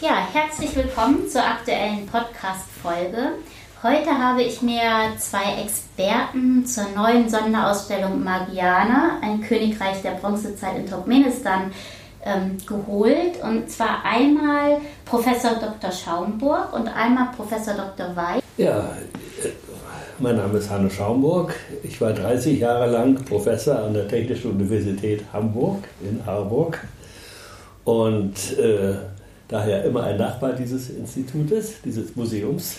Ja, herzlich willkommen zur aktuellen Podcast-Folge. Heute habe ich mir zwei Experten zur neuen Sonderausstellung Margiana, ein Königreich der Bronzezeit in Turkmenistan, geholt. Und zwar einmal Professor Dr. Schaumburg und einmal Professor Dr. Weiß. Ja, mein Name ist Hanno Schaumburg. Ich war 30 Jahre lang Professor an der Technischen Universität Hamburg in Harburg und daher immer ein Nachbar dieses Institutes, dieses Museums.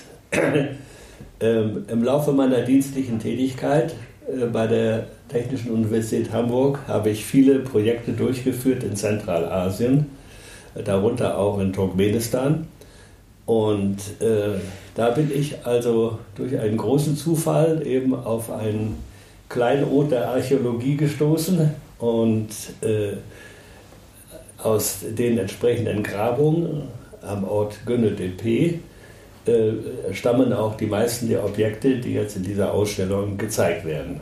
Im Laufe meiner dienstlichen Tätigkeit bei der Technischen Universität Hamburg habe ich viele Projekte durchgeführt in Zentralasien, darunter auch in Turkmenistan. Und da bin ich also durch einen großen Zufall eben auf ein Kleinod der Archäologie gestoßen und aus den entsprechenden Grabungen am Ort Gönetepe stammen auch die meisten der Objekte, die jetzt in dieser Ausstellung gezeigt werden.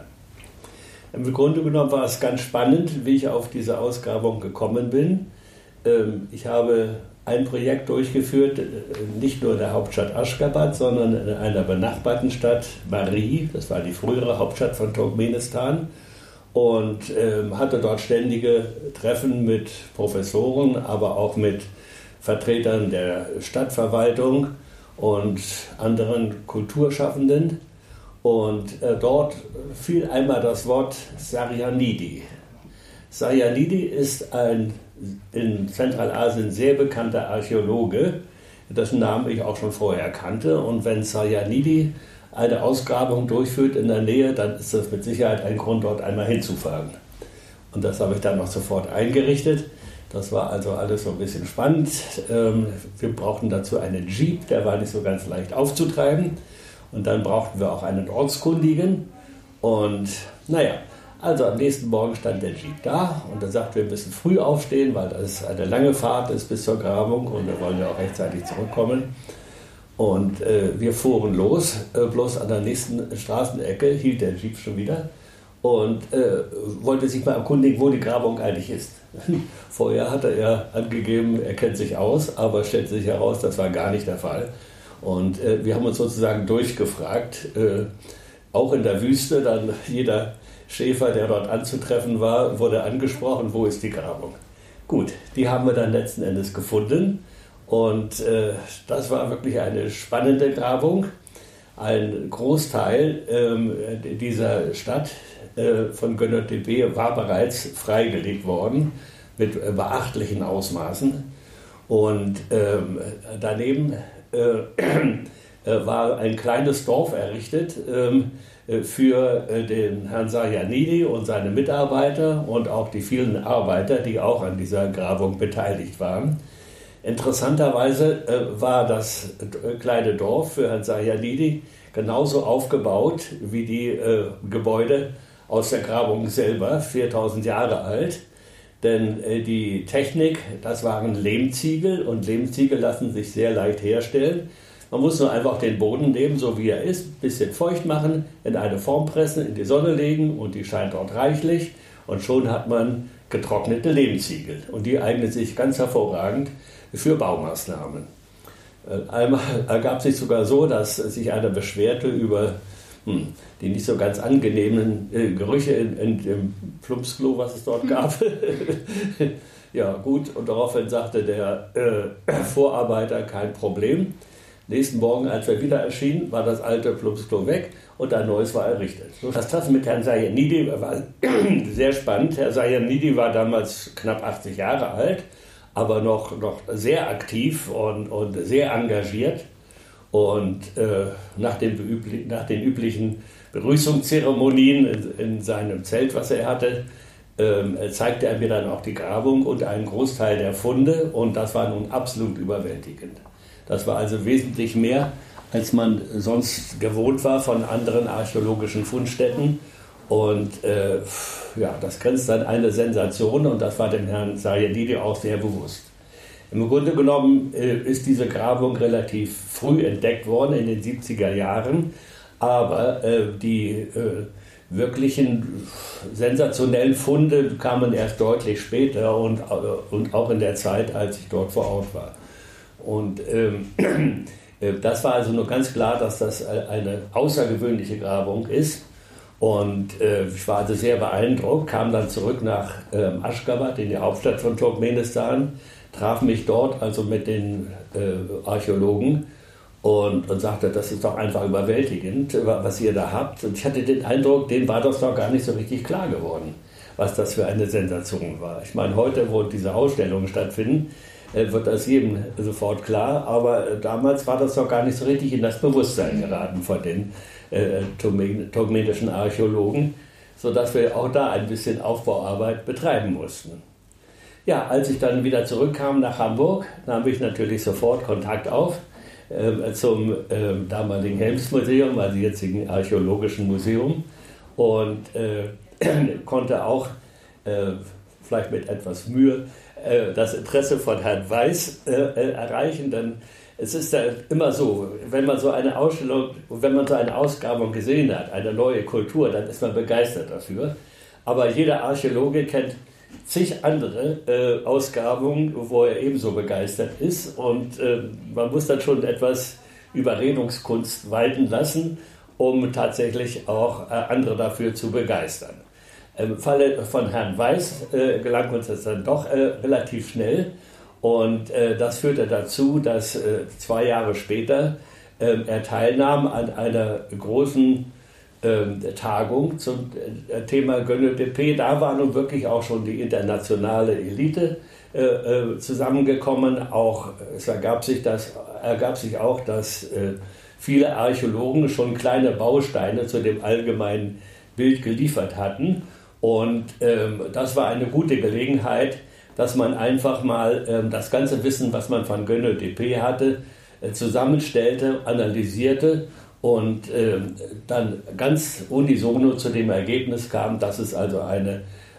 Im Grunde genommen war es ganz spannend, wie ich auf diese Ausgrabung gekommen bin. Ich habe ein Projekt durchgeführt, nicht nur in der Hauptstadt Aşgabat, sondern in einer benachbarten Stadt, Mari, das war die frühere Hauptstadt von Turkmenistan, und hatte dort ständige Treffen mit Professoren, aber auch mit Vertretern der Stadtverwaltung und anderen Kulturschaffenden. Und dort fiel einmal das Wort Saryanidi. Saryanidi ist ein in Zentralasien sehr bekannter Archäologe, dessen Namen ich auch schon vorher kannte. Und wenn Saryanidi eine Ausgrabung durchführt in der Nähe, dann ist das mit Sicherheit ein Grund, dort einmal hinzufahren. Und das habe ich dann noch sofort eingerichtet. Das war also alles so ein bisschen spannend. Wir brauchten dazu einen Jeep, der war nicht so ganz leicht aufzutreiben. Und dann brauchten wir auch einen Ortskundigen. Und naja, also am nächsten Morgen stand der Jeep da und er sagte, wir müssen früh aufstehen, weil das eine lange Fahrt ist bis zur Grabung und wir wollen ja auch rechtzeitig zurückkommen. Und wir fuhren los, bloß an der nächsten Straßenecke hielt der Jeep schon wieder und wollte sich mal erkundigen, wo die Grabung eigentlich ist. Vorher hatte er angegeben, er kennt sich aus, aber stellte sich heraus, das war gar nicht der Fall. Und wir haben uns sozusagen durchgefragt, auch in der Wüste, dann jeder Schäfer, der dort anzutreffen war, wurde angesprochen, wo ist die Grabung. Gut, die haben wir dann letzten Endes gefunden und das war wirklich eine spannende Grabung. Ein Großteil dieser Stadt von Gönetepe war bereits freigelegt worden mit beachtlichen Ausmaßen und daneben war ein kleines Dorf errichtet für den Herrn Saryanidi und seine Mitarbeiter und auch die vielen Arbeiter, die auch an dieser Grabung beteiligt waren. Interessanterweise war das kleine Dorf für Herrn Saryanidi genauso aufgebaut wie die Gebäude aus der Grabung selber, 4000 Jahre alt. Denn die Technik, das waren Lehmziegel und Lehmziegel lassen sich sehr leicht herstellen. Man muss nur einfach den Boden nehmen, so wie er ist, ein bisschen feucht machen, in eine Form pressen, in die Sonne legen und die scheint dort reichlich und schon hat man getrocknete Lehmziegel und die eignen sich ganz hervorragend für Baumaßnahmen. Einmal ergab sich sogar so, dass sich einer beschwerte über die nicht so ganz angenehmen Gerüche im Plumpsklo, was es dort gab. Ja gut, und daraufhin sagte der Vorarbeiter, kein Problem. Nächsten Morgen, als wir wieder erschienen, war das alte Plumpsklo weg und ein neues war errichtet. Das Treffen mit Herrn Saryanidi war sehr spannend. Herr Saryanidi war damals knapp 80 Jahre alt, aber noch sehr aktiv und sehr engagiert. Und nach den üblichen Begrüßungszeremonien in seinem Zelt, was er hatte, zeigte er mir dann auch die Grabung und einen Großteil der Funde. Und das war nun absolut überwältigend. Das war also wesentlich mehr, als man sonst gewohnt war von anderen archäologischen Fundstätten. Und ja, das grenzt an eine Sensation und das war dem Herrn Saryanidi auch sehr bewusst. Im Grunde genommen ist diese Grabung relativ früh entdeckt worden, in den 70er Jahren, aber die wirklichen sensationellen Funde kamen erst deutlich später und auch in der Zeit, als ich dort vor Ort war. Und das war also nur ganz klar, dass das eine außergewöhnliche Grabung ist. Und ich war also sehr beeindruckt, kam dann zurück nach Aşgabat, in die Hauptstadt von Turkmenistan, traf mich dort also mit den Archäologen und sagte, das ist doch einfach überwältigend, was ihr da habt. Und ich hatte den Eindruck, denen war das noch gar nicht so richtig klar geworden, was das für eine Sensation war. Ich meine, heute, wo diese Ausstellungen stattfinden, wird das jedem sofort klar, aber damals war das noch gar nicht so richtig in das Bewusstsein geraten von den turkmenischen Archäologen, sodass wir auch da ein bisschen Aufbauarbeit betreiben mussten. Ja, als ich dann wieder zurückkam nach Hamburg, nahm ich natürlich sofort Kontakt auf zum damaligen Helms-Museum, also jetzigen Archäologischen Museum, und konnte auch, vielleicht mit etwas Mühe, das Interesse von Herrn Weiß erreichen, denn es ist ja immer so, wenn man so eine Ausstellung, wenn man so eine Ausgrabung gesehen hat, eine neue Kultur, dann ist man begeistert dafür. Aber jeder Archäologe kennt zig andere Ausgrabungen, wo er ebenso begeistert ist, und man muss dann schon etwas Überredungskunst walten lassen, um tatsächlich auch andere dafür zu begeistern. Im Falle von Herrn Weiß gelang uns das dann doch relativ schnell, und das führte dazu, dass 2 Jahre später er teilnahm an einer großen Tagung zum Thema Gönültepe. Da war nun wirklich auch schon die internationale Elite zusammengekommen. Es ergab sich auch, dass viele Archäologen schon kleine Bausteine zu dem allgemeinen Bild geliefert hatten. Und das war eine gute Gelegenheit, dass man einfach mal das ganze Wissen, was man von Gönültepe hatte, zusammenstellte, analysierte und dann ganz unisono zu dem Ergebnis kam, dass es also eine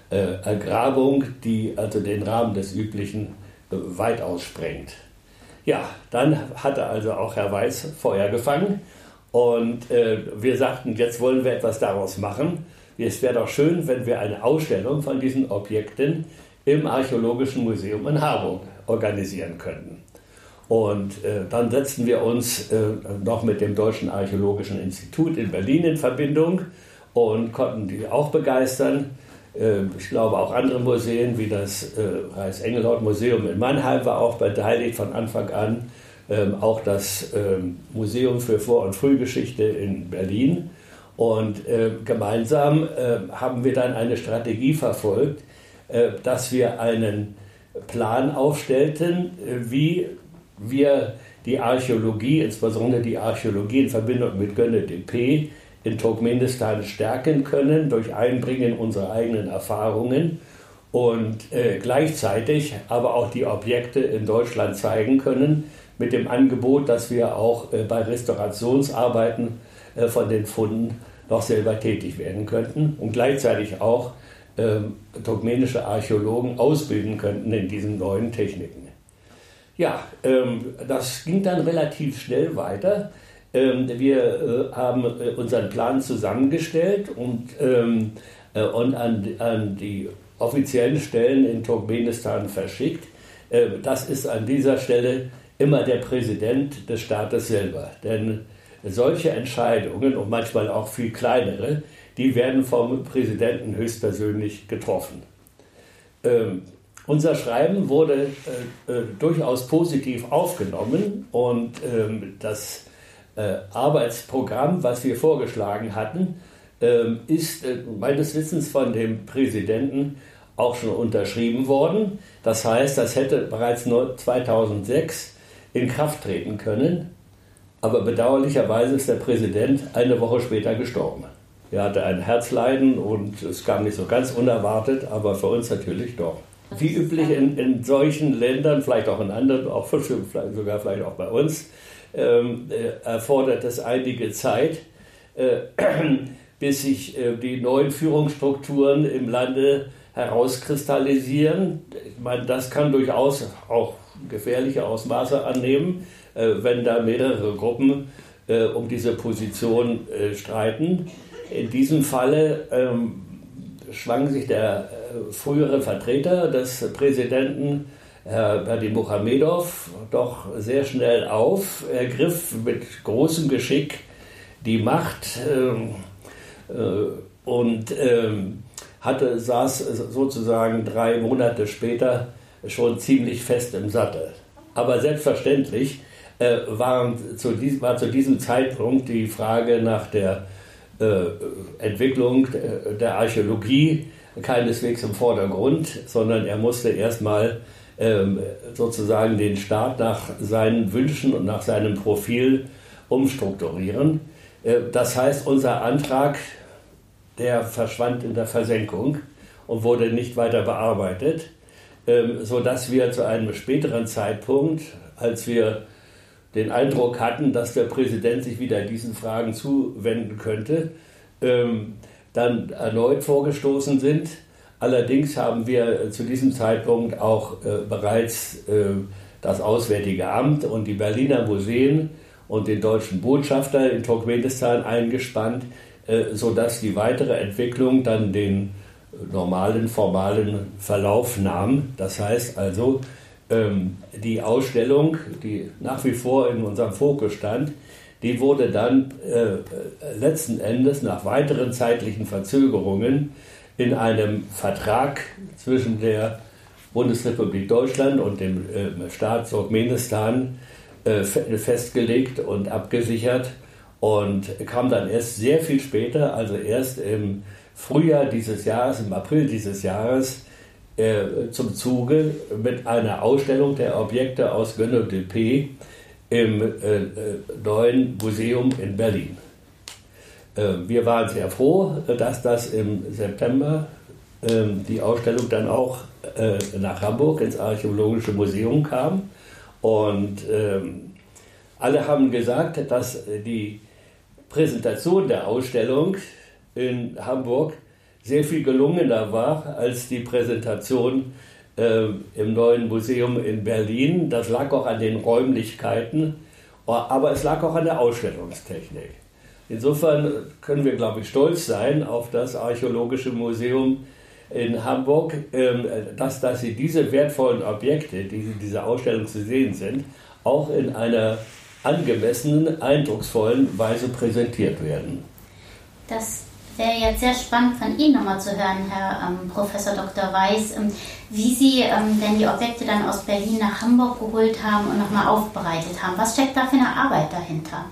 Grabung, die also den Rahmen des Üblichen weitaus sprengt. Ja, dann hatte also auch Herr Weiß Feuer gefangen, und wir sagten, jetzt wollen wir etwas daraus machen. Es wäre doch schön, wenn wir eine Ausstellung von diesen Objekten im Archäologischen Museum in Harburg organisieren könnten. Und dann setzten wir uns noch mit dem Deutschen Archäologischen Institut in Berlin in Verbindung und konnten die auch begeistern. Ich glaube, auch andere Museen wie das Reichs-Engelhorn-Museum in Mannheim war auch beteiligt von Anfang an. Auch das Museum für Vor- und Frühgeschichte in Berlin. Und gemeinsam haben wir dann eine Strategie verfolgt, dass wir einen Plan aufstellten, wie wir die Archäologie, insbesondere die Archäologie in Verbindung mit Gönültepe, in Turkmenistan stärken können durch Einbringen unserer eigenen Erfahrungen und gleichzeitig aber auch die Objekte in Deutschland zeigen können, mit dem Angebot, dass wir auch bei Restaurationsarbeiten von den Funden noch selber tätig werden könnten und gleichzeitig auch turkmenische Archäologen ausbilden könnten in diesen neuen Techniken. Ja, das ging dann relativ schnell weiter. Wir haben unseren Plan zusammengestellt und an die offiziellen Stellen in Turkmenistan verschickt. Das ist an dieser Stelle immer der Präsident des Staates selber. Denn solche Entscheidungen und manchmal auch viel kleinere, die werden vom Präsidenten höchstpersönlich getroffen. Unser Schreiben wurde durchaus positiv aufgenommen und das Arbeitsprogramm, was wir vorgeschlagen hatten, ist meines Wissens von dem Präsidenten auch schon unterschrieben worden. Das heißt, das hätte bereits 2006 in Kraft treten können, aber bedauerlicherweise ist der Präsident eine Woche später gestorben. Er hatte ein Herzleiden und es kam nicht so ganz unerwartet, aber für uns natürlich doch. Wie üblich in solchen Ländern, vielleicht auch in anderen, auch sogar vielleicht auch bei uns, erfordert es einige Zeit, bis sich die neuen Führungsstrukturen im Lande herauskristallisieren. Ich meine, das kann durchaus auch gefährliche Ausmaße annehmen, wenn da mehrere Gruppen um diese Position streiten. In diesem Falle schwang sich der frühere Vertreter des Präsidenten Herr Berdimuhamedov doch sehr schnell auf. Er griff mit großem Geschick die Macht und saß sozusagen 3 Monate später schon ziemlich fest im Sattel. Aber selbstverständlich war zu diesem Zeitpunkt die Frage nach der Entwicklung der Archäologie keineswegs im Vordergrund, sondern er musste erstmal sozusagen den Staat nach seinen Wünschen und nach seinem Profil umstrukturieren. Das heißt, unser Antrag, der verschwand in der Versenkung und wurde nicht weiter bearbeitet, sodass wir zu einem späteren Zeitpunkt, als wir den Eindruck hatten, dass der Präsident sich wieder diesen Fragen zuwenden könnte, dann erneut vorgestoßen sind. Allerdings haben wir zu diesem Zeitpunkt auch bereits das Auswärtige Amt und die Berliner Museen und den deutschen Botschafter in Turkmenistan eingespannt, sodass die weitere Entwicklung dann den normalen, formalen Verlauf nahm. Das heißt also, die Ausstellung, die nach wie vor in unserem Fokus stand, die wurde dann letzten Endes nach weiteren zeitlichen Verzögerungen in einem Vertrag zwischen der Bundesrepublik Deutschland und dem Staat Turkmenistan festgelegt und abgesichert und kam dann erst sehr viel später, also erst im Frühjahr dieses Jahres, im April dieses Jahres, zum Zuge mit einer Ausstellung der Objekte aus Gönö-Tepe im neuen Museum in Berlin. Wir waren sehr froh, dass das im September die Ausstellung dann auch nach Hamburg ins Archäologische Museum kam. Und alle haben gesagt, dass die Präsentation der Ausstellung in Hamburg sehr viel gelungener war als die Präsentation im neuen Museum in Berlin. Das lag auch an den Räumlichkeiten, aber es lag auch an der Ausstellungstechnik. Insofern können wir, glaube ich, stolz sein auf das Archäologische Museum in Hamburg, dass sie diese wertvollen Objekte, die in dieser Ausstellung zu sehen sind, auch in einer angemessenen, eindrucksvollen Weise präsentiert werden. Das wäre jetzt sehr spannend von Ihnen nochmal zu hören, Herr Professor Dr. Weiß, wie Sie denn die Objekte dann aus Berlin nach Hamburg geholt haben und nochmal aufbereitet haben. Was steckt da für eine Arbeit dahinter?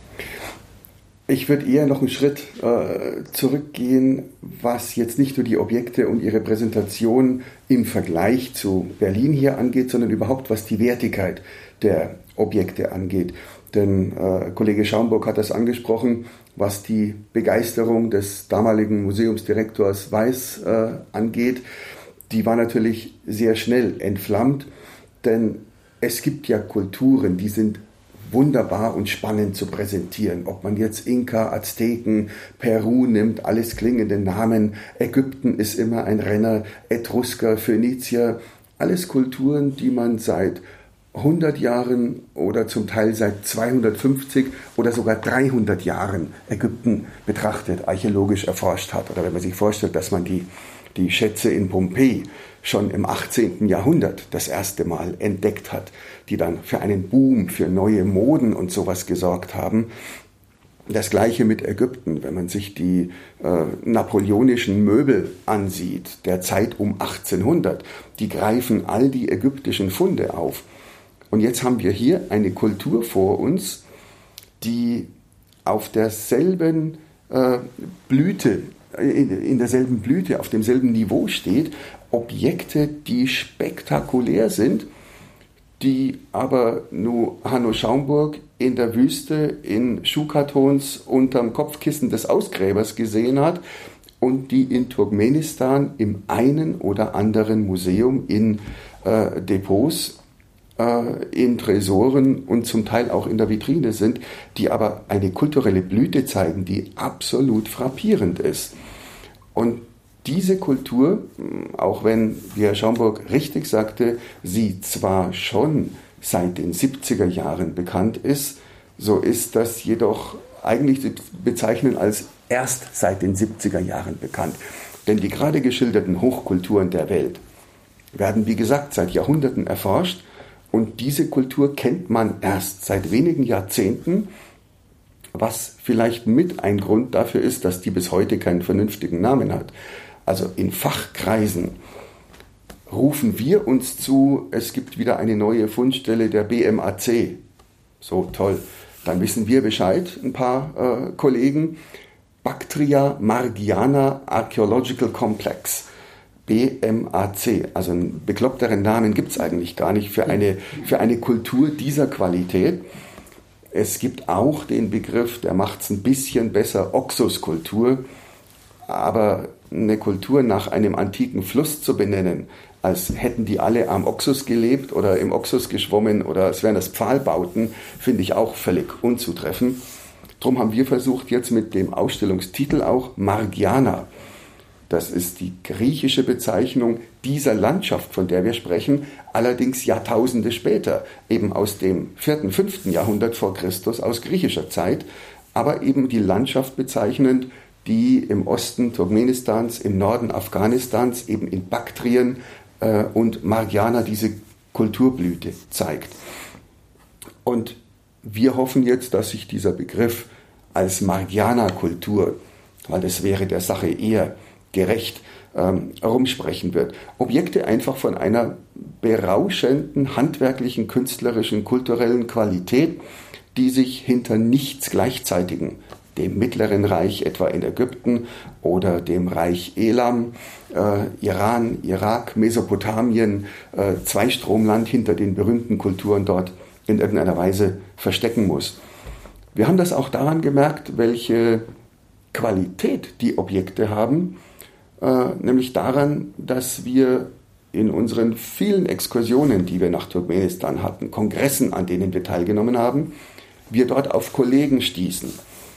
Ich würde eher noch einen Schritt zurückgehen, was jetzt nicht nur die Objekte und ihre Präsentation im Vergleich zu Berlin hier angeht, sondern überhaupt was die Wertigkeit der Objekte angeht. Denn Kollege Schaumburg hat das angesprochen, was die Begeisterung des damaligen Museumsdirektors Weiß angeht. Die war natürlich sehr schnell entflammt, denn es gibt ja Kulturen, die sind wunderbar und spannend zu präsentieren. Ob man jetzt Inka, Azteken, Peru nimmt, alles klingende Namen. Ägypten ist immer ein Renner, Etrusker, Phönizier, alles Kulturen, die man seit 100 Jahren oder zum Teil seit 250 oder sogar 300 Jahren Ägypten betrachtet, archäologisch erforscht hat. Oder wenn man sich vorstellt, dass man die Schätze in Pompeji schon im 18. Jahrhundert das erste Mal entdeckt hat, die dann für einen Boom, für neue Moden und sowas gesorgt haben. Das Gleiche mit Ägypten, wenn man sich die napoleonischen Möbel ansieht, der Zeit um 1800, die greifen all die ägyptischen Funde auf. Und jetzt haben wir hier eine Kultur vor uns, die auf derselben Blüte, in derselben Blüte, auf demselben Niveau steht, Objekte, die spektakulär sind, die aber nur Hanno Schaumburg in der Wüste in Schuhkartons unterm Kopfkissen des Ausgräbers gesehen hat und die in Turkmenistan im einen oder anderen Museum in Depots, in Tresoren und zum Teil auch in der Vitrine sind, die aber eine kulturelle Blüte zeigen, die absolut frappierend ist. Und diese Kultur, auch wenn, wie Herr Schaumburg richtig sagte, sie zwar schon seit den 70er Jahren bekannt ist, so ist das jedoch eigentlich zu bezeichnen als erst seit den 70er Jahren bekannt. Denn die gerade geschilderten Hochkulturen der Welt, werden, wie gesagt, seit Jahrhunderten erforscht. Und diese Kultur kennt man erst seit wenigen Jahrzehnten, was vielleicht mit ein Grund dafür ist, dass die bis heute keinen vernünftigen Namen hat. Also in Fachkreisen rufen wir uns zu, es gibt wieder eine neue Fundstelle der BMAC. So toll. Dann wissen wir Bescheid, ein paar Kollegen. Bactria Margiana Archaeological Complex. BMAC. Also einen bekloppteren Namen gibt es eigentlich gar nicht für eine Kultur dieser Qualität. Es gibt auch den Begriff, der macht es ein bisschen besser, Oxuskultur. Aber eine Kultur nach einem antiken Fluss zu benennen, als hätten die alle am Oxus gelebt oder im Oxus geschwommen oder als wären das Pfahlbauten, finde ich auch völlig unzutreffend. Darum haben wir versucht, jetzt mit dem Ausstellungstitel auch Margiana. Das ist die griechische Bezeichnung dieser Landschaft, von der wir sprechen, allerdings Jahrtausende später, eben aus dem 4., 5. Jahrhundert vor Christus, aus griechischer Zeit, aber eben die Landschaft bezeichnend, die im Osten Turkmenistans, im Norden Afghanistans, eben in Baktrien und Margiana diese Kulturblüte zeigt. Und wir hoffen jetzt, dass sich dieser Begriff als Margiana-Kultur, weil das wäre der Sache eher gerecht, herumsprechen wird. Objekte einfach von einer berauschenden, handwerklichen, künstlerischen, kulturellen Qualität, die sich hinter nichts Gleichzeitigen, dem Mittleren Reich etwa in Ägypten oder dem Reich Elam, Iran, Irak, Mesopotamien, Zweistromland hinter den berühmten Kulturen dort in irgendeiner Weise verstecken muss. Wir haben das auch daran gemerkt, welche Qualität die Objekte haben, nämlich daran, dass wir in unseren vielen Exkursionen, die wir nach Turkmenistan hatten, Kongressen, an denen wir teilgenommen haben, wir dort auf Kollegen stießen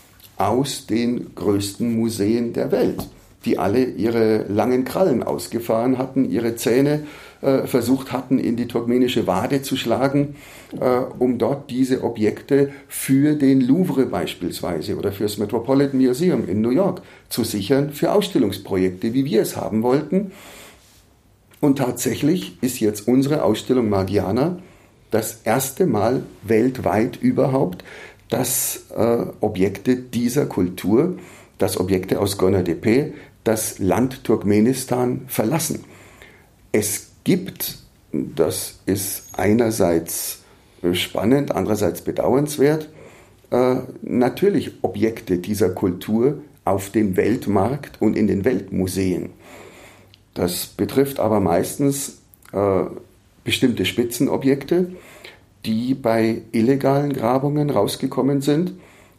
aus den größten Museen der Welt, die alle ihre langen Krallen ausgefahren hatten, ihre Zähne versucht hatten, in die turkmenische Wade zu schlagen, um dort diese Objekte für den Louvre beispielsweise oder für das Metropolitan Museum in New York zu sichern, für Ausstellungsprojekte, wie wir es haben wollten. Und tatsächlich ist jetzt unsere Ausstellung Margiana das erste Mal weltweit überhaupt, dass Objekte dieser Kultur, dass Objekte aus Göner-Tepe das Land Turkmenistan verlassen. Es gibt, das ist einerseits spannend, andererseits bedauernswert, natürlich Objekte dieser Kultur auf dem Weltmarkt und in den Weltmuseen. Das betrifft aber meistens bestimmte Spitzenobjekte, die bei illegalen Grabungen rausgekommen sind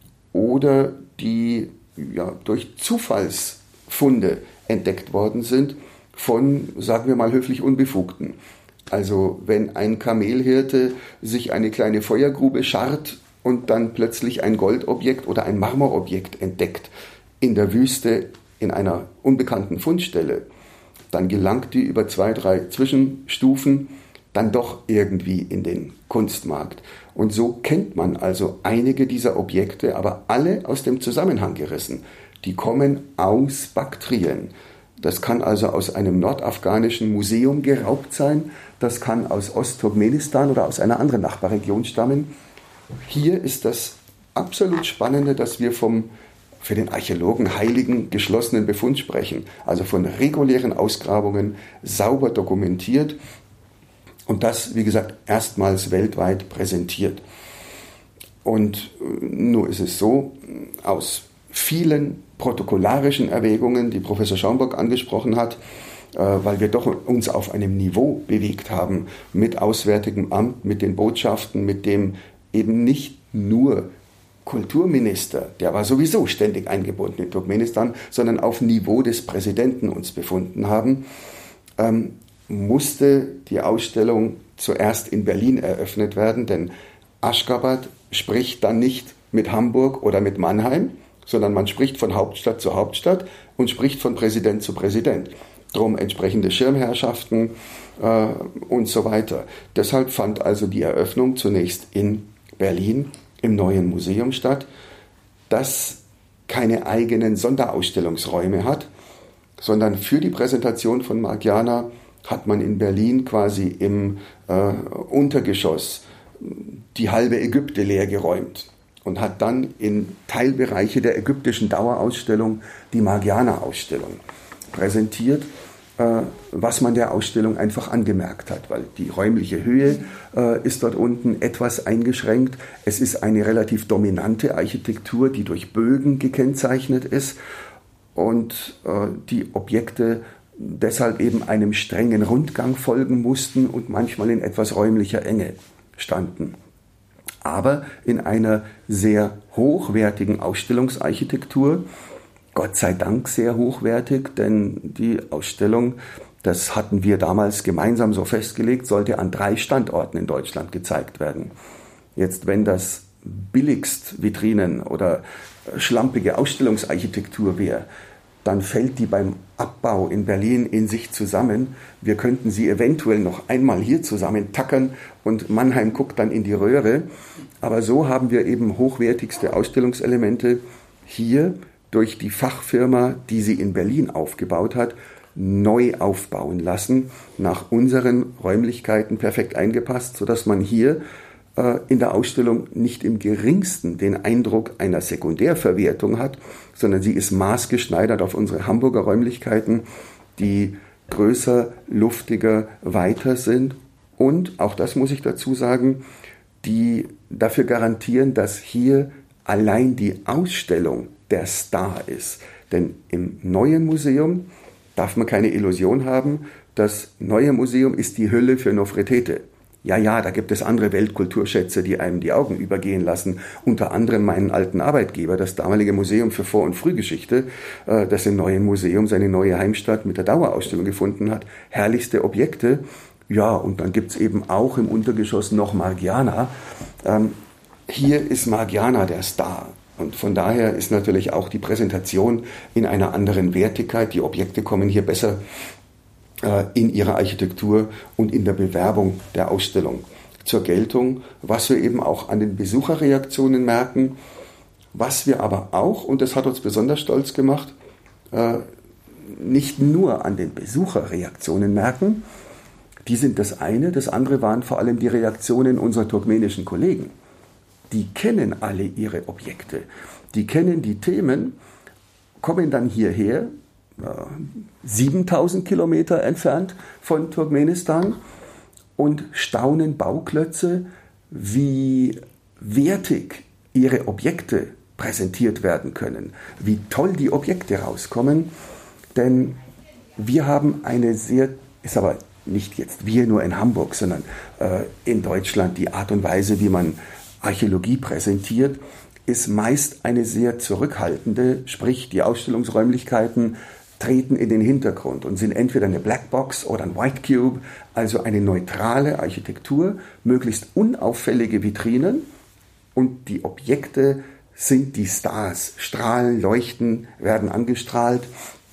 oder die durch Zufallsfunde entdeckt worden sind von, sagen wir mal höflich, Unbefugten. Also wenn ein Kamelhirte sich eine kleine Feuergrube scharrt und dann plötzlich ein Goldobjekt oder ein Marmorobjekt entdeckt in der Wüste in einer unbekannten Fundstelle, dann gelangt die über 2, 3 Zwischenstufen dann doch irgendwie in den Kunstmarkt. Und so kennt man also einige dieser Objekte, aber alle aus dem Zusammenhang gerissen. Die kommen aus Baktrien. Das kann also aus einem nordafghanischen Museum geraubt sein, das kann aus Ostturkmenistan oder aus einer anderen Nachbarregion stammen. Hier ist das absolut Spannende, dass wir vom für den Archäologen heiligen geschlossenen Befund sprechen, also von regulären Ausgrabungen, sauber dokumentiert und das, wie gesagt, erstmals weltweit präsentiert. Und nur ist es so, aus vielen protokollarischen Erwägungen, die Professor Schaumburg angesprochen hat, weil wir doch uns auf einem Niveau bewegt haben mit Auswärtigem Amt, mit den Botschaften, mit dem eben nicht nur Kulturminister, der war sowieso ständig eingebunden in Turkmenistan, sondern auf Niveau des Präsidenten uns befunden haben, musste die Ausstellung zuerst in Berlin eröffnet werden, denn Aşgabat spricht dann nicht mit Hamburg oder mit Mannheim, sondern man spricht von Hauptstadt zu Hauptstadt und spricht von Präsident zu Präsident. Drum entsprechende Schirmherrschaften und so weiter. Deshalb fand also die Eröffnung zunächst in Berlin im Neuen Museum statt, das keine eigenen Sonderausstellungsräume hat, sondern für die Präsentation von Margiana hat man in Berlin quasi im Untergeschoss die halbe Ägypte leergeräumt und hat dann in Teilbereiche der ägyptischen Dauerausstellung die Margiana-Ausstellung präsentiert, was man der Ausstellung einfach angemerkt hat, weil die räumliche Höhe ist dort unten etwas eingeschränkt. Es ist eine relativ dominante Architektur, die durch Bögen gekennzeichnet ist und die Objekte deshalb eben einem strengen Rundgang folgen mussten und manchmal in etwas räumlicher Enge standen. Aber in einer sehr hochwertigen Ausstellungsarchitektur, Gott sei Dank sehr hochwertig, denn die Ausstellung, das hatten wir damals gemeinsam so festgelegt, sollte an 3 Standorten in Deutschland gezeigt werden. Jetzt, wenn das billigst Vitrinen oder schlampige Ausstellungsarchitektur wäre, dann fällt die beim Abbau in Berlin in sich zusammen. Wir könnten sie eventuell noch einmal hier zusammentackern und Mannheim guckt dann in die Röhre. Aber so haben wir eben hochwertigste Ausstellungselemente hier durch die Fachfirma, die sie in Berlin aufgebaut hat, neu aufbauen lassen, nach unseren Räumlichkeiten perfekt eingepasst, sodass man hier in der Ausstellung nicht im geringsten den Eindruck einer Sekundärverwertung hat, sondern sie ist maßgeschneidert auf unsere Hamburger Räumlichkeiten, die größer, luftiger, weiter sind und, auch das muss ich dazu sagen, die dafür garantieren, dass hier allein die Ausstellung der Star ist. Denn im neuen Museum darf man keine Illusion haben, das neue Museum ist die Hülle für Nofretete. Ja, da gibt es andere Weltkulturschätze, die einem die Augen übergehen lassen. Unter anderem meinen alten Arbeitgeber, das damalige Museum für Vor- und Frühgeschichte, das im neuen Museum seine neue Heimstatt mit der Dauerausstellung gefunden hat. Herrlichste Objekte. Ja, und dann gibt es eben auch im Untergeschoss noch Margiana. Hier ist Margiana der Star. Und von daher ist natürlich auch die Präsentation in einer anderen Wertigkeit. Die Objekte kommen hier besser in ihrer Architektur und in der Bewerbung der Ausstellung zur Geltung, was wir eben auch an den Besucherreaktionen merken, was wir aber auch, und das hat uns besonders stolz gemacht, nicht nur an den Besucherreaktionen merken, die sind das eine, das andere waren vor allem die Reaktionen unserer turkmenischen Kollegen. Die kennen alle ihre Objekte, die kennen die Themen, kommen dann hierher, 7000 Kilometer entfernt von Turkmenistan und staunen Bauklötze, wie wertig ihre Objekte präsentiert werden können, wie toll die Objekte rauskommen, denn wir haben eine sehr, ist aber nicht jetzt wir nur in Hamburg, sondern in Deutschland die Art und Weise, wie man Archäologie präsentiert, ist meist eine sehr zurückhaltende, sprich die Ausstellungsräumlichkeiten treten in den Hintergrund und sind entweder eine Blackbox oder ein White Cube, also eine neutrale Architektur, möglichst unauffällige Vitrinen und die Objekte sind die Stars, strahlen, leuchten, werden angestrahlt,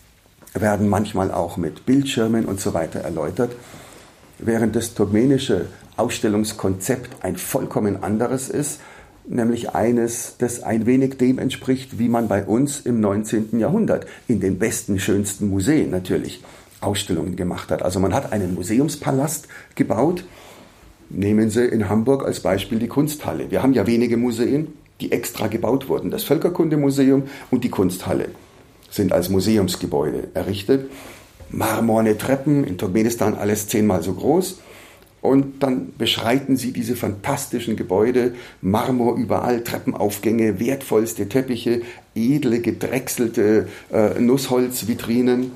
werden manchmal auch mit Bildschirmen und so weiter erläutert, während das turkmenische Ausstellungskonzept ein vollkommen anderes ist, nämlich eines, das ein wenig dem entspricht, wie man bei uns im 19. Jahrhundert in den besten, schönsten Museen natürlich Ausstellungen gemacht hat. Also man hat einen Museumspalast gebaut. Nehmen Sie in Hamburg als Beispiel die Kunsthalle. Wir haben ja wenige Museen, die extra gebaut wurden. Das Völkerkundemuseum und die Kunsthalle sind als Museumsgebäude errichtet. Marmorne Treppen, in Turkmenistan alles 10-mal so groß. Und dann beschreiten sie diese fantastischen Gebäude, Marmor überall, Treppenaufgänge, wertvollste Teppiche, edle, gedrechselte Nussholzvitrinen.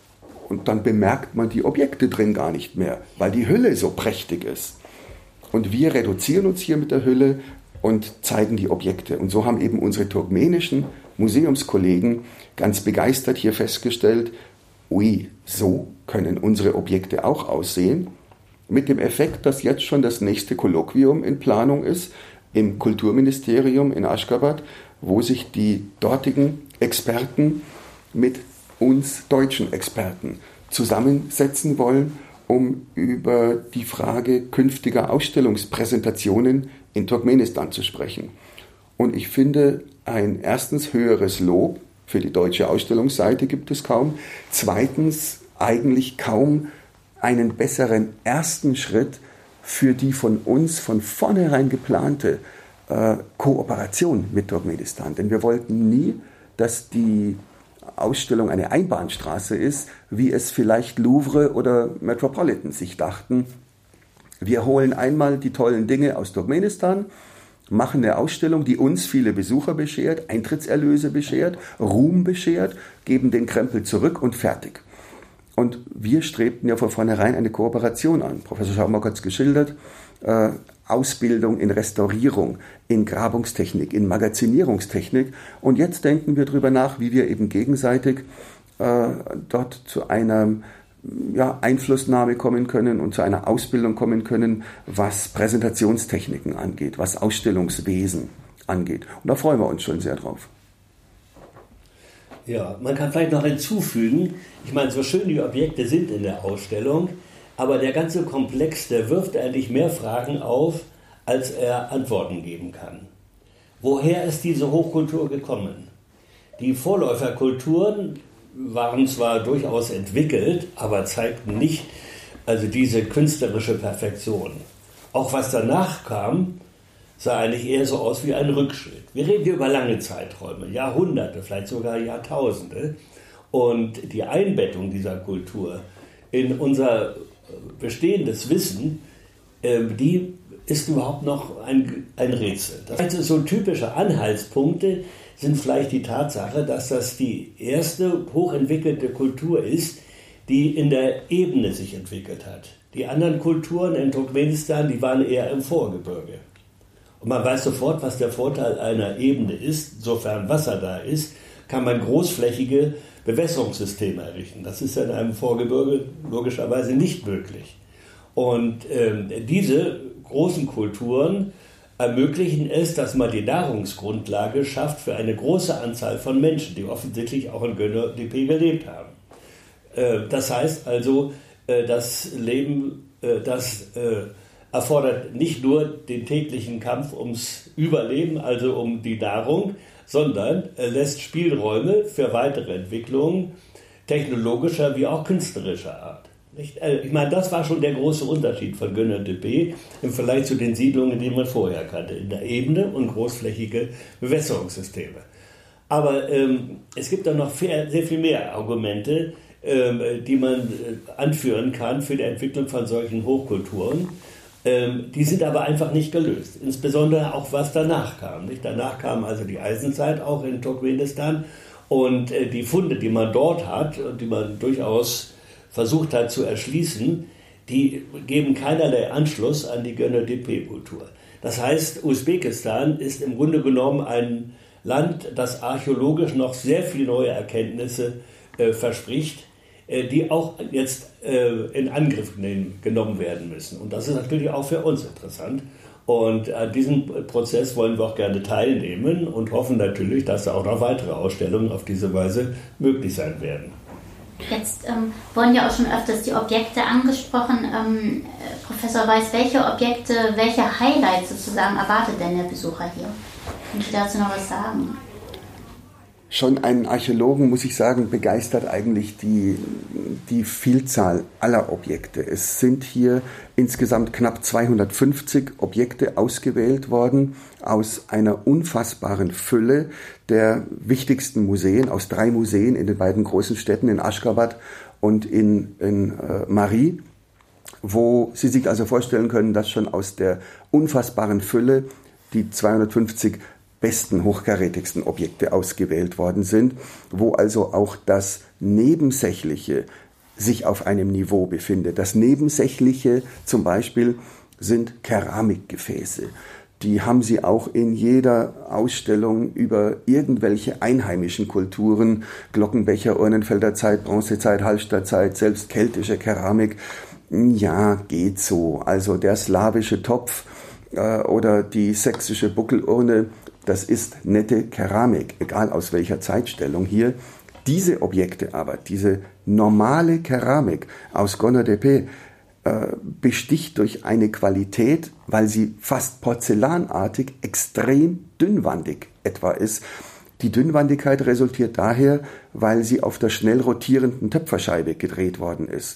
Und dann bemerkt man die Objekte drin gar nicht mehr, weil die Hülle so prächtig ist. Und wir reduzieren uns hier mit der Hülle und zeigen die Objekte. Und so haben eben unsere turkmenischen Museumskollegen ganz begeistert hier festgestellt, ui, so können unsere Objekte auch aussehen. Mit dem Effekt, dass jetzt schon das nächste Kolloquium in Planung ist, im Kulturministerium in Aşgabat, wo sich die dortigen Experten mit uns deutschen Experten zusammensetzen wollen, um über die Frage künftiger Ausstellungspräsentationen in Turkmenistan zu sprechen. Und ich finde, ein erstens höheres Lob für die deutsche Ausstellungsseite gibt es kaum, zweitens eigentlich kaum einen besseren ersten Schritt für die von uns von vornherein geplante Kooperation mit Turkmenistan. Denn wir wollten nie, dass die Ausstellung eine Einbahnstraße ist, wie es vielleicht Louvre oder Metropolitan sich dachten. Wir holen einmal die tollen Dinge aus Turkmenistan, machen eine Ausstellung, die uns viele Besucher beschert, Eintrittserlöse beschert, Ruhm beschert, geben den Krempel zurück und fertig. Und wir strebten ja von vornherein eine Kooperation an. Professor Schaumburg hat es geschildert, Ausbildung in Restaurierung, in Grabungstechnik, in Magazinierungstechnik. Und jetzt denken wir darüber nach, wie wir eben gegenseitig dort zu einer Einflussnahme kommen können und zu einer Ausbildung kommen können, was Präsentationstechniken angeht, was Ausstellungswesen angeht. Und da freuen wir uns schon sehr drauf. Ja, man kann vielleicht noch hinzufügen, ich meine, so schön die Objekte sind in der Ausstellung, aber der ganze Komplex, der wirft eigentlich mehr Fragen auf, als er Antworten geben kann. Woher ist diese Hochkultur gekommen? Die Vorläuferkulturen waren zwar durchaus entwickelt, aber zeigten nicht diese künstlerische Perfektion. Auch was danach kam, sah eigentlich eher so aus wie ein Rückschritt. Wir reden hier über lange Zeiträume, Jahrhunderte, vielleicht sogar Jahrtausende. Und die Einbettung dieser Kultur in unser bestehendes Wissen, die ist überhaupt noch ein Rätsel. Das heißt, so typische Anhaltspunkte sind vielleicht die Tatsache, dass das die erste hochentwickelte Kultur ist, die in der Ebene sich entwickelt hat. Die anderen Kulturen in Turkmenistan, die waren eher im Vorgebirge. Und man weiß sofort, was der Vorteil einer Ebene ist. Sofern Wasser da ist, kann man großflächige Bewässerungssysteme errichten. Das ist in einem Vorgebirge logischerweise nicht möglich. Und diese großen Kulturen ermöglichen es, dass man die Nahrungsgrundlage schafft für eine große Anzahl von Menschen, die offensichtlich auch in Gönetepe gelebt haben. Das heißt also, das Leben, das erfordert nicht nur den täglichen Kampf ums Überleben, also um die Nahrung, sondern lässt Spielräume für weitere Entwicklungen technologischer wie auch künstlerischer Art. Ich meine, das war schon der große Unterschied von Gönetepe im Vergleich zu den Siedlungen, die man vorher kannte, in der Ebene und großflächige Bewässerungssysteme. Aber es gibt dann noch sehr viel mehr Argumente, die man anführen kann für die Entwicklung von solchen Hochkulturen. Die sind aber einfach nicht gelöst. Insbesondere auch, was danach kam. Danach kam also die Eisenzeit auch in Turkmenistan und die Funde, die man dort hat und die man durchaus versucht hat zu erschließen, die geben keinerlei Anschluss an die Gönetepe-Kultur. Das heißt, Usbekistan ist im Grunde genommen ein Land, das archäologisch noch sehr viele neue Erkenntnisse verspricht, die auch jetzt in Angriff genommen werden müssen. Und das ist natürlich auch für uns interessant. Und an diesem Prozess wollen wir auch gerne teilnehmen und hoffen natürlich, dass da auch noch weitere Ausstellungen auf diese Weise möglich sein werden. Jetzt wurden ja auch schon öfters die Objekte angesprochen. Professor Weiß, welche Objekte, welche Highlights sozusagen erwartet denn der Besucher hier? Können Sie dazu noch was sagen? Schon einen Archäologen, muss ich sagen, begeistert eigentlich die Vielzahl aller Objekte. Es sind hier insgesamt knapp 250 Objekte ausgewählt worden aus einer unfassbaren Fülle der wichtigsten Museen, aus 3 Museen in den beiden großen Städten, in Aşgabat und in Mari, wo Sie sich also vorstellen können, dass schon aus der unfassbaren Fülle die 250 besten, hochkarätigsten Objekte ausgewählt worden sind, wo also auch das Nebensächliche sich auf einem Niveau befindet. Das Nebensächliche zum Beispiel sind Keramikgefäße. Die haben Sie auch in jeder Ausstellung über irgendwelche einheimischen Kulturen, Glockenbecher, Urnenfelder Zeit, Bronzezeit, Hallstattzeit, selbst keltische Keramik. Ja, geht so. Also der slawische Topf oder die sächsische Buckelurne, das ist nette Keramik, egal aus welcher Zeitstellung hier. Diese Objekte aber, diese normale Keramik aus Gönetepe, besticht durch eine Qualität, weil sie fast porzellanartig extrem dünnwandig etwa ist. Die Dünnwandigkeit resultiert daher, weil sie auf der schnell rotierenden Töpferscheibe gedreht worden ist.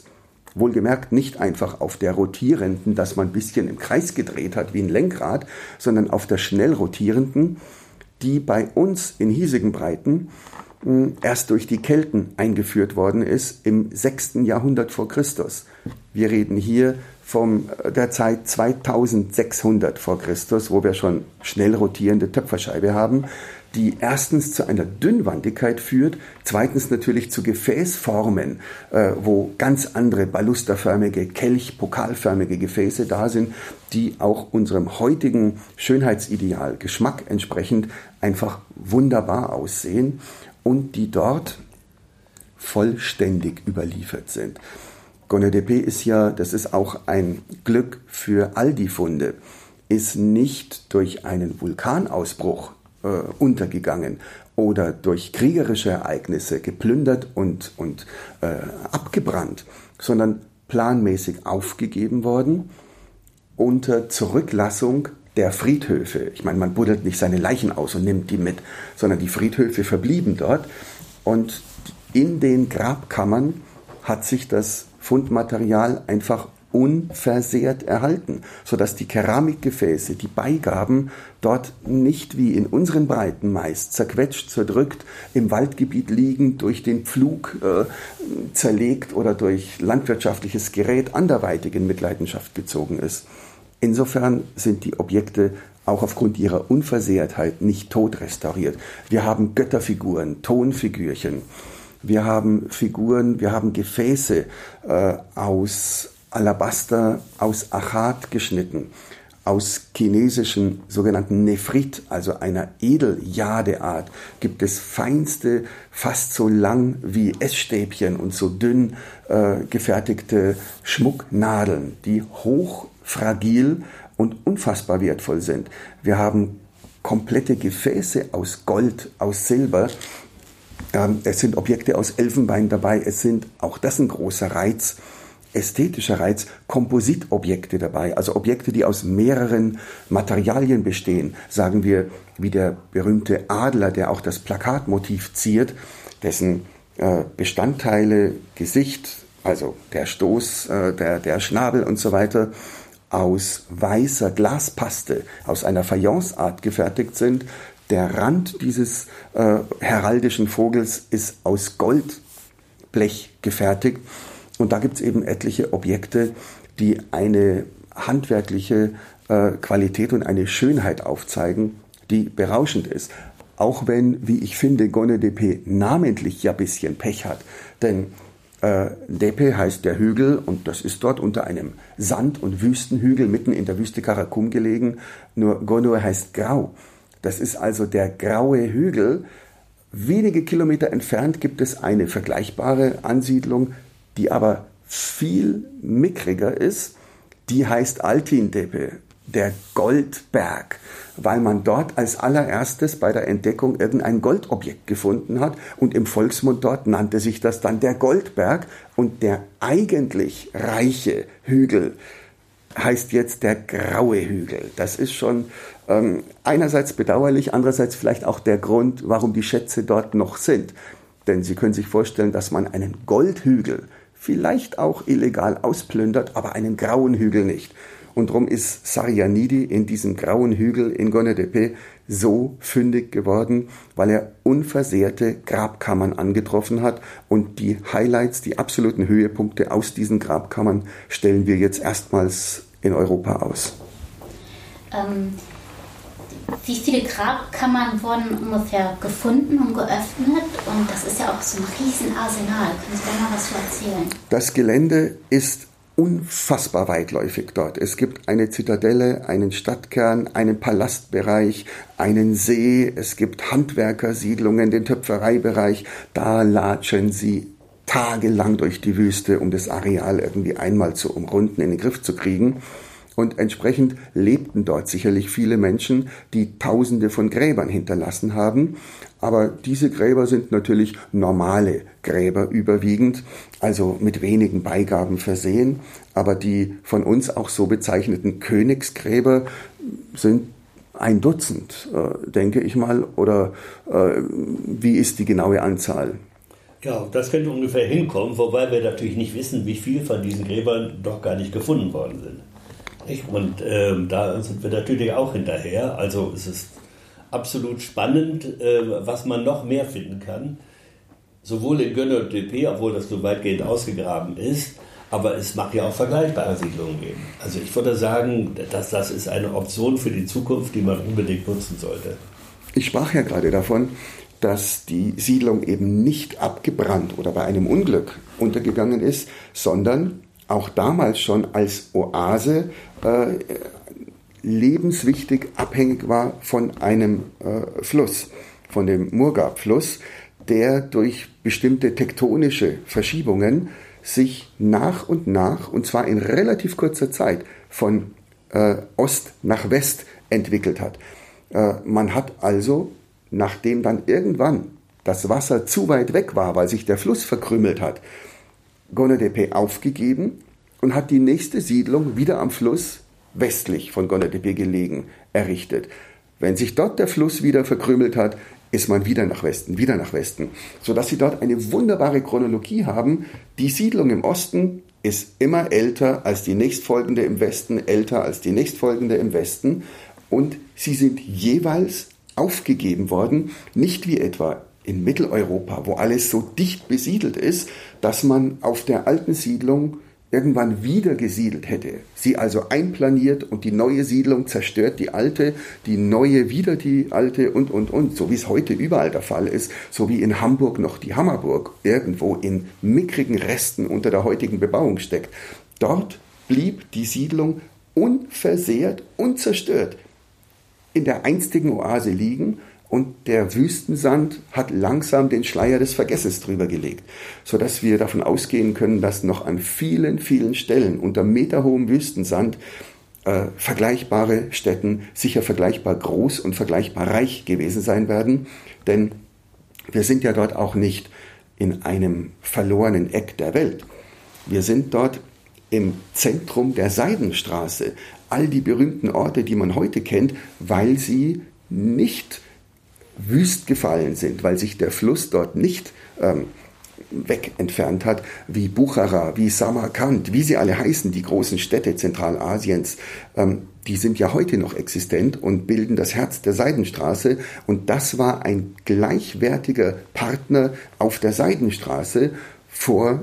Wohlgemerkt nicht einfach auf der rotierenden, dass man ein bisschen im Kreis gedreht hat wie ein Lenkrad, sondern auf der schnell rotierenden, die bei uns in hiesigen Breiten erst durch die Kelten eingeführt worden ist im 6. Jahrhundert vor Christus. Wir reden hier von der Zeit 2600 vor Christus, wo wir schon schnell rotierende Töpferscheibe haben, die erstens zu einer Dünnwandigkeit führt, zweitens natürlich zu Gefäßformen, wo ganz andere balusterförmige, pokalförmige Gefäße da sind, die auch unserem heutigen Schönheitsideal, Geschmack entsprechend einfach wunderbar aussehen und die dort vollständig überliefert sind. Gonne d'Épée ist ja, das ist auch ein Glück für all die Funde, ist nicht durch einen Vulkanausbruch untergegangen oder durch kriegerische Ereignisse geplündert und abgebrannt, sondern planmäßig aufgegeben worden unter Zurücklassung der Friedhöfe. Ich meine, man buddelt nicht seine Leichen aus und nimmt die mit, sondern die Friedhöfe verblieben dort und in den Grabkammern hat sich das Fundmaterial einfach unversehrt erhalten, sodass die Keramikgefäße, die Beigaben dort nicht wie in unseren Breiten meist zerquetscht, zerdrückt, im Waldgebiet liegend, durch den Pflug zerlegt oder durch landwirtschaftliches Gerät anderweitig in Mitleidenschaft gezogen ist. Insofern sind die Objekte auch aufgrund ihrer Unversehrtheit nicht tot restauriert. Wir haben Götterfiguren, Tonfigürchen, wir haben Figuren, wir haben Gefäße aus Alabaster, aus Achat geschnitten, aus chinesischen sogenannten Nephrit, also einer Edeljadeart, gibt es feinste, fast so lang wie Essstäbchen und so dünn gefertigte Schmucknadeln, die hochfragil und unfassbar wertvoll sind. Wir haben komplette Gefäße aus Gold, aus Silber. Es sind Objekte aus Elfenbein dabei. Es sind, auch das ein großer Reiz, ästhetischer Reiz, Kompositobjekte dabei, also Objekte, die aus mehreren Materialien bestehen, sagen wir, wie der berühmte Adler, der auch das Plakatmotiv ziert, dessen Bestandteile, Gesicht, also der Stoß, der Schnabel und so weiter, aus weißer Glaspaste, aus einer Fayenceart gefertigt sind. Der Rand dieses heraldischen Vogels ist aus Goldblech gefertigt. Und da gibt es eben etliche Objekte, die eine handwerkliche Qualität und eine Schönheit aufzeigen, die berauschend ist. Auch wenn, wie ich finde, Gonne d'Épée namentlich ja ein bisschen Pech hat. Denn d'Épée heißt der Hügel und das ist dort unter einem Sand- und Wüstenhügel mitten in der Wüste Karakum gelegen. Nur Gonne heißt grau. Das ist also der graue Hügel. Wenige Kilometer entfernt gibt es eine vergleichbare Ansiedlung, die aber viel mickriger ist, die heißt Altin d'Épée, der Goldberg, weil man dort als allererstes bei der Entdeckung irgendein Goldobjekt gefunden hat und im Volksmund dort nannte sich das dann der Goldberg und der eigentlich reiche Hügel heißt jetzt der graue Hügel. Das ist schon einerseits bedauerlich, andererseits vielleicht auch der Grund, warum die Schätze dort noch sind. Denn Sie können sich vorstellen, dass man einen Goldhügel vielleicht auch illegal ausplündert, aber einen grauen Hügel nicht. Und darum ist Sarianidi in diesem grauen Hügel in Gonne d'Épée so fündig geworden, weil er unversehrte Grabkammern angetroffen hat. Und die Highlights, die absoluten Höhepunkte aus diesen Grabkammern stellen wir jetzt erstmals in Europa aus. Wie viele Grabkammern wurden ungefähr gefunden und geöffnet? Und das ist ja auch so ein Riesenarsenal. Können Sie da mal was zu erzählen? Das Gelände ist unfassbar weitläufig dort. Es gibt eine Zitadelle, einen Stadtkern, einen Palastbereich, einen See, es gibt Handwerkersiedlungen, den Töpfereibereich. Da latschen Sie tagelang durch die Wüste, um das Areal irgendwie einmal zu umrunden, in den Griff zu kriegen. Und entsprechend lebten dort sicherlich viele Menschen, die Tausende von Gräbern hinterlassen haben. Aber diese Gräber sind natürlich normale Gräber überwiegend, also mit wenigen Beigaben versehen. Aber die von uns auch so bezeichneten Königsgräber sind 1 Dutzend, denke ich mal. Oder wie ist die genaue Anzahl? Ja, das könnte ungefähr hinkommen, wobei wir natürlich nicht wissen, wie viel von diesen Gräbern doch gar nicht gefunden worden sind. Nicht? Und da sind wir natürlich auch hinterher. Also es ist absolut spannend, was man noch mehr finden kann. Sowohl in Gönnerdp, obwohl das so weitgehend ausgegraben ist, aber es mag ja auch vergleichbare Siedlungen geben. Also ich würde sagen, dass das ist eine Option für die Zukunft, die man unbedingt nutzen sollte. Ich sprach ja gerade davon, dass die Siedlung eben nicht abgebrannt oder bei einem Unglück untergegangen ist, sondern auch damals schon als Oase lebenswichtig abhängig war von einem Fluss, von dem Murghab-Fluss, der durch bestimmte tektonische Verschiebungen sich nach und nach, und zwar in relativ kurzer Zeit, von Ost nach West entwickelt hat. Man hat also, nachdem dann irgendwann das Wasser zu weit weg war, weil sich der Fluss verkrümmelt hat, Gönnerdp aufgegeben und hat die nächste Siedlung wieder am Fluss westlich von Gönnerdp gelegen errichtet. Wenn sich dort der Fluss wieder verkrümmelt hat, ist man wieder nach Westen, sodass sie dort eine wunderbare Chronologie haben. Die Siedlung im Osten ist immer älter als die nächstfolgende im Westen, älter als die nächstfolgende im Westen, und sie sind jeweils aufgegeben worden, nicht wie etwa in Mitteleuropa, wo alles so dicht besiedelt ist, dass man auf der alten Siedlung irgendwann wieder gesiedelt hätte. Sie also einplaniert und die neue Siedlung zerstört die alte, die neue wieder die alte und, so wie es heute überall der Fall ist, so wie in Hamburg noch die Hammerburg irgendwo in mickrigen Resten unter der heutigen Bebauung steckt. Dort blieb die Siedlung unversehrt, unzerstört in der einstigen Oase liegen, und der Wüstensand hat langsam den Schleier des Vergesses drüber gelegt, sodass wir davon ausgehen können, dass noch an vielen, vielen Stellen unter meterhohem Wüstensand vergleichbare Stätten sicher vergleichbar groß und vergleichbar reich gewesen sein werden. Denn wir sind ja dort auch nicht in einem verlorenen Eck der Welt. Wir sind dort im Zentrum der Seidenstraße. All die berühmten Orte, die man heute kennt, weil sie nicht wüst gefallen sind, weil sich der Fluss dort nicht weg entfernt hat, wie Buchara, wie Samarkand, wie sie alle heißen, die großen Städte Zentralasiens, die sind ja heute noch existent und bilden das Herz der Seidenstraße, und das war ein gleichwertiger Partner auf der Seidenstraße vor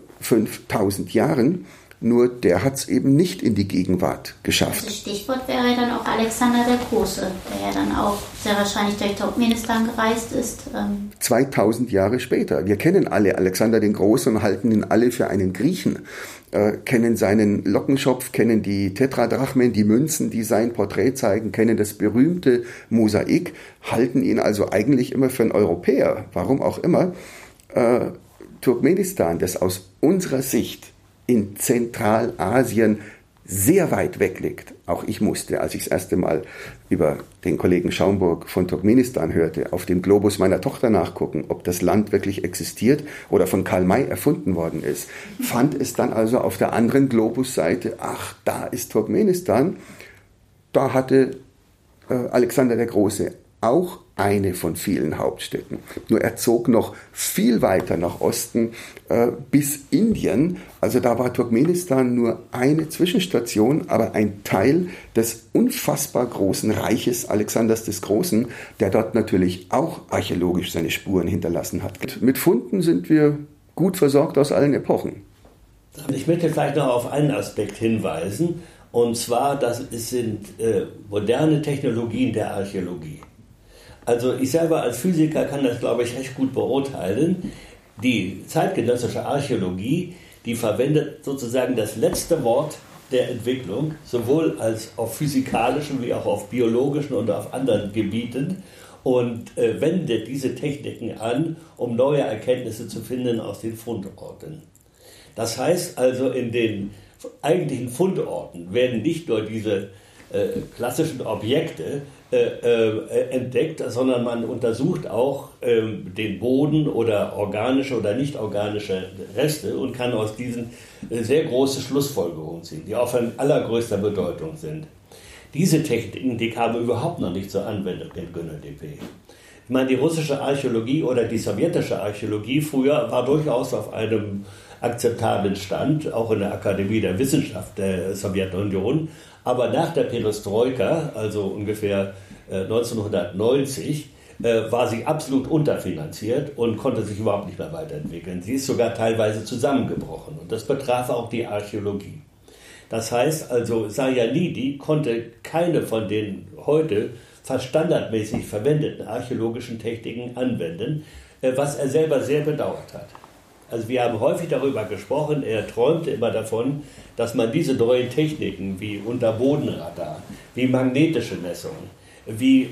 5000 Jahren. Nur der hat es eben nicht in die Gegenwart geschafft. Das Stichwort wäre ja dann auch Alexander der Große, der ja dann auch sehr wahrscheinlich durch Turkmenistan gereist ist. 2000 Jahre später. Wir kennen alle Alexander den Großen und halten ihn alle für einen Griechen. Kennen seinen Lockenschopf, kennen die Tetradrachmen, die Münzen, die sein Porträt zeigen, kennen das berühmte Mosaik, halten ihn also eigentlich immer für einen Europäer. Warum auch immer. Turkmenistan, das aus unserer Sicht in Zentralasien sehr weit weg liegt. Auch ich musste, als ich das erste Mal über den Kollegen Schaumburg von Turkmenistan hörte, auf dem Globus meiner Tochter nachgucken, ob das Land wirklich existiert oder von Karl May erfunden worden ist. Fand es dann also auf der anderen Globusseite, ach, da ist Turkmenistan. Da hatte Alexander der Große auch eine von vielen Hauptstädten. Nur er zog noch viel weiter nach Osten bis Indien. Also da war Turkmenistan nur eine Zwischenstation, aber ein Teil des unfassbar großen Reiches Alexanders des Großen, der dort natürlich auch archäologisch seine Spuren hinterlassen hat. Mit Funden sind wir gut versorgt aus allen Epochen. Ich möchte vielleicht noch auf einen Aspekt hinweisen, und zwar, das sind moderne Technologien der Archäologie. Also ich selber als Physiker kann das, glaube ich, recht gut beurteilen. Die zeitgenössische Archäologie, die verwendet sozusagen das letzte Wort der Entwicklung, sowohl als auf physikalischen wie auch auf biologischen und auf anderen Gebieten, und wendet diese Techniken an, um neue Erkenntnisse zu finden aus den Fundorten. Das heißt also, in den eigentlichen Fundorten werden nicht nur diese klassischen Objekte entdeckt, sondern man untersucht auch den Boden oder organische oder nicht organische Reste und kann aus diesen sehr große Schlussfolgerungen ziehen, die auch von allergrößter Bedeutung sind. Diese Techniken, die kamen überhaupt noch nicht zur Anwendung in Gönnerdp. Ich meine, die russische Archäologie oder die sowjetische Archäologie früher war durchaus auf einem akzeptablen Stand, auch in der Akademie der Wissenschaft der Sowjetunion. Aber nach der Perestroika, also ungefähr 1990, war sie absolut unterfinanziert und konnte sich überhaupt nicht mehr weiterentwickeln. Sie ist sogar teilweise zusammengebrochen und das betraf auch die Archäologie. Das heißt also, Sajanidi konnte keine von den heute fast standardmäßig verwendeten archäologischen Techniken anwenden, was er selber sehr bedauert hat. Also wir haben häufig darüber gesprochen, er träumte immer davon, dass man diese neuen Techniken wie Unterbodenradar, wie magnetische Messungen, wie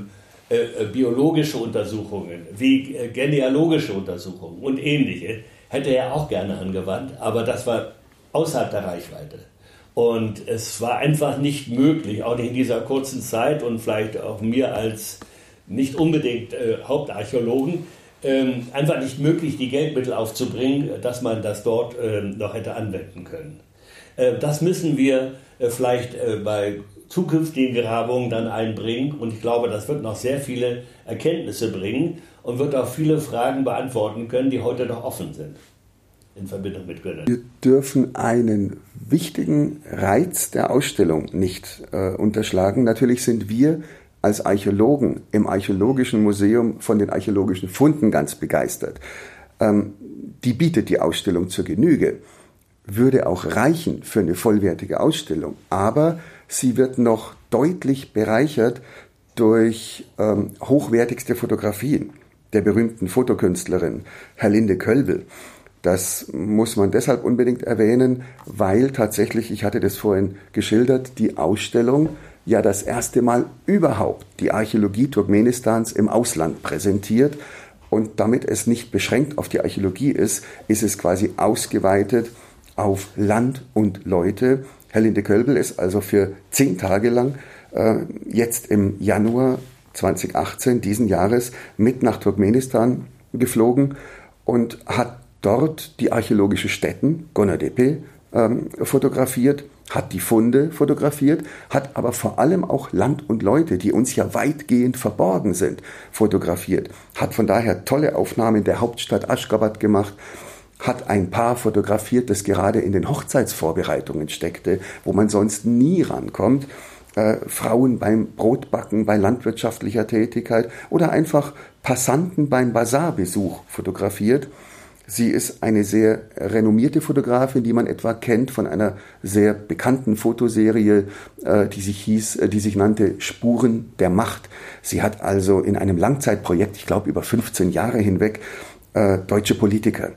biologische Untersuchungen, wie genealogische Untersuchungen und ähnliche, hätte er auch gerne angewandt, aber das war außerhalb der Reichweite. Und es war einfach nicht möglich, auch nicht in dieser kurzen Zeit und vielleicht auch mir als nicht unbedingt Hauptarchäologen, einfach nicht möglich, die Geldmittel aufzubringen, dass man das dort noch hätte anwenden können. Das müssen wir vielleicht bei zukünftigen Grabungen dann einbringen und ich glaube, das wird noch sehr viele Erkenntnisse bringen und wird auch viele Fragen beantworten können, die heute noch offen sind in Verbindung mit Gönnen. Wir dürfen einen wichtigen Reiz der Ausstellung nicht unterschlagen. Natürlich sind wir als Archäologen im Archäologischen Museum von den archäologischen Funden ganz begeistert. Die bietet die Ausstellung zur Genüge, würde auch reichen für eine vollwertige Ausstellung, aber sie wird noch deutlich bereichert durch hochwertigste Fotografien der berühmten Fotokünstlerin Herlinde Kölbel. Das muss man deshalb unbedingt erwähnen, weil tatsächlich, ich hatte das vorhin geschildert, die Ausstellung ja das erste Mal überhaupt die Archäologie Turkmenistans im Ausland präsentiert. Und damit es nicht beschränkt auf die Archäologie ist, ist es quasi ausgeweitet auf Land und Leute. Herlinde Kölbel ist also für 10 Tage lang jetzt im Januar 2018 diesen Jahres mit nach Turkmenistan geflogen und hat dort die archäologische Stätten, Gönetepe, fotografiert, hat die Funde fotografiert, hat aber vor allem auch Land und Leute, die uns ja weitgehend verborgen sind, fotografiert. Hat von daher tolle Aufnahmen der Hauptstadt Aşgabat gemacht, hat ein Paar fotografiert, das gerade in den Hochzeitsvorbereitungen steckte, wo man sonst nie rankommt. Frauen beim Brotbacken, bei landwirtschaftlicher Tätigkeit oder einfach Passanten beim Basarbesuch fotografiert. Sie ist eine sehr renommierte Fotografin, die man etwa kennt von einer sehr bekannten Fotoserie, die sich nannte Spuren der Macht. Sie hat also in einem Langzeitprojekt, ich glaube über 15 Jahre hinweg, deutsche Politiker,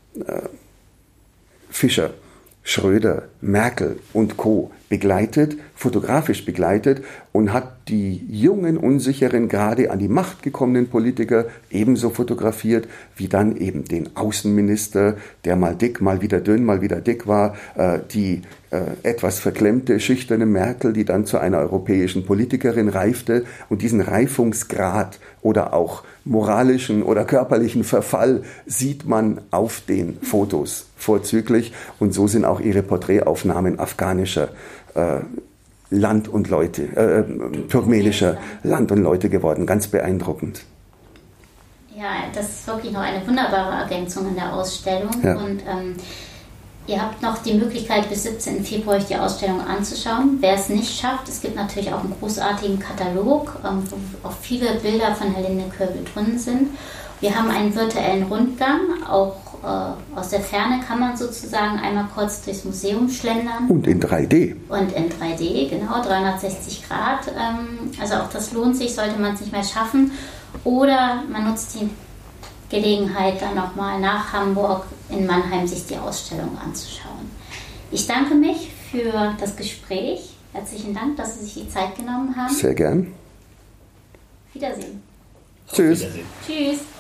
Fischer, Schröder, Merkel und Co. begleitet, fotografisch begleitet und hat die jungen, unsicheren, gerade an die Macht gekommenen Politiker ebenso fotografiert, wie dann eben den Außenminister, der mal dick, mal wieder dünn, mal wieder dick war, die etwas verklemmte, schüchterne Merkel, die dann zu einer europäischen Politikerin reifte. Und diesen Reifungsgrad oder auch moralischen oder körperlichen Verfall sieht man auf den Fotos vorzüglich. Und so sind auch ihre Porträtaufnahmen afghanischer Land und Leute, turkmenischer Land und Leute geworden. Ganz beeindruckend. Ja, das ist wirklich noch eine wunderbare Ergänzung in der Ausstellung. Ja. Und ihr habt noch die Möglichkeit, bis 17. Februar euch die Ausstellung anzuschauen. Wer es nicht schafft, es gibt natürlich auch einen großartigen Katalog, wo auch viele Bilder von Herlinde Kölbel drin sind. Wir haben einen virtuellen Rundgang, auch aus der Ferne kann man sozusagen einmal kurz durchs Museum schlendern. Und in 3D. Und in 3D, genau, 360 Grad. Also auch das lohnt sich, sollte man es nicht mehr schaffen. Oder man nutzt die Gelegenheit, dann nochmal nach Hamburg in Mannheim sich die Ausstellung anzuschauen. Ich danke mich für das Gespräch. Herzlichen Dank, dass Sie sich die Zeit genommen haben. Sehr gern. Wiedersehen. Tschüss. Wiedersehen. Tschüss.